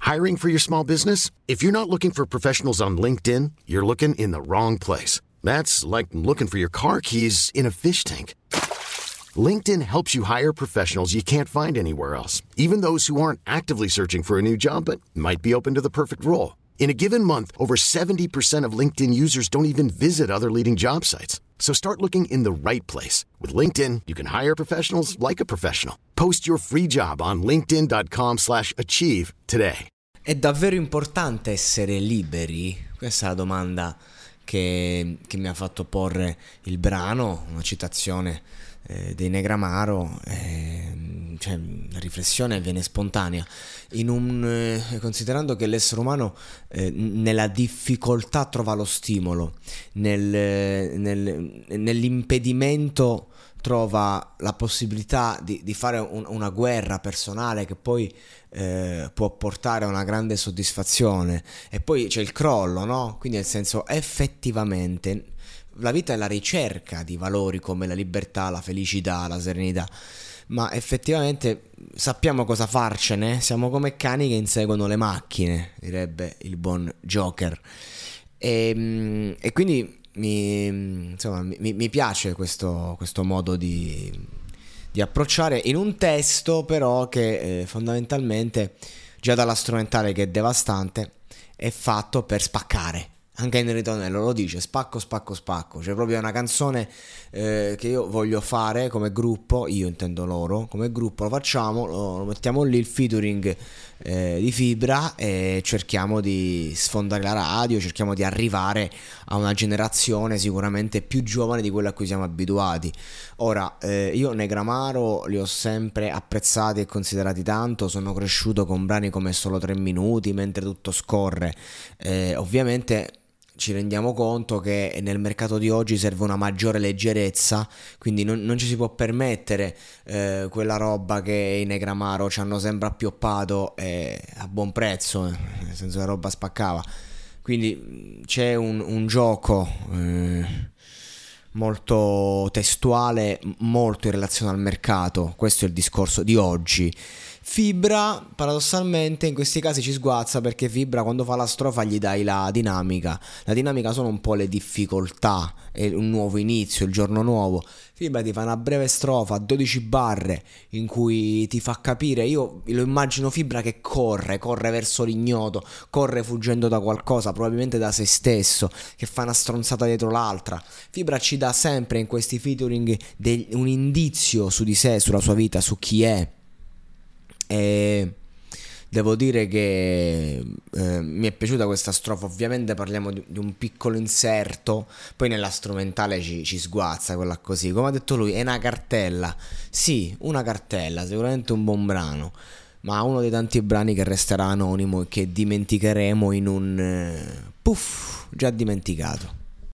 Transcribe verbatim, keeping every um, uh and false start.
Hiring for your small business? If you're not looking for professionals on LinkedIn, you're looking in the wrong place. That's like looking for your car keys in a fish tank. LinkedIn helps you hire professionals you can't find anywhere else, even those who aren't actively searching for a new job but might be open to the perfect role. In a given month, over seventy percent of LinkedIn users don't even visit other leading job sites. So start looking in the right place. With LinkedIn, you can hire professionals like a professional. Post your free job on linkedin dot com slash achieve today. È davvero importante essere liberi? Questa è la domanda che, che mi ha fatto porre il brano, una citazione eh, dei Negramaro. Eh, cioè, la riflessione viene spontanea. In un, eh, considerando che l'essere umano eh, nella difficoltà trova lo stimolo, nel, nel, nell'impedimento trova la possibilità di, di fare un, una guerra personale che poi eh, può portare a una grande soddisfazione, e poi c'è il crollo, no? Quindi nel senso, effettivamente la vita è la ricerca di valori come la libertà, la felicità, la serenità, ma effettivamente sappiamo cosa farcene, siamo come cani che inseguono le macchine, direbbe il buon Joker. E, e quindi mi, insomma, mi, mi piace questo, questo modo di, di approcciare in un testo però che eh, fondamentalmente, già dalla strumentale che è devastante, è fatto per spaccare. Anche nel ritornello lo dice: spacco, spacco, spacco. Cioè proprio è una canzone eh, che io voglio fare come gruppo, io intendo loro, come gruppo lo facciamo, lo, lo mettiamo lì il featuring eh, di Fibra e cerchiamo di sfondare la radio, cerchiamo di arrivare a una generazione sicuramente più giovane di quella a cui siamo abituati. Ora, eh, io Negramaro li ho sempre apprezzati e considerati tanto, sono cresciuto con brani come Solo tre minuti, Mentre tutto scorre. Eh, ovviamente ci rendiamo conto che nel mercato di oggi serve una maggiore leggerezza, quindi non, non ci si può permettere eh, quella roba che i Negramaro ci hanno sempre appioppato eh, a buon prezzo, eh, nel senso che la roba spaccava. Quindi c'è un, un gioco eh, molto testuale, molto in relazione al mercato. Questo è il discorso di oggi. Fibra paradossalmente in questi casi ci sguazza, perché Fibra quando fa la strofa gli dai la dinamica. La dinamica sono un po' le difficoltà, è un nuovo inizio, il giorno nuovo. Fibra ti fa una breve strofa, dodici barre, in cui ti fa capire, io lo immagino Fibra che corre, corre verso l'ignoto, corre fuggendo da qualcosa, probabilmente da se stesso, che fa una stronzata dietro l'altra. Fibra ci dà sempre in questi featuring del, un indizio su di sé, sulla sua vita, su chi è. E devo dire che eh, mi è piaciuta questa strofa. Ovviamente parliamo di, di un piccolo inserto, poi nella strumentale ci, ci sguazza quella così, come ha detto lui, è una cartella. Sì, una cartella, sicuramente un buon brano, ma uno dei tanti brani che resterà anonimo e che dimenticheremo in un eh, puff già dimenticato.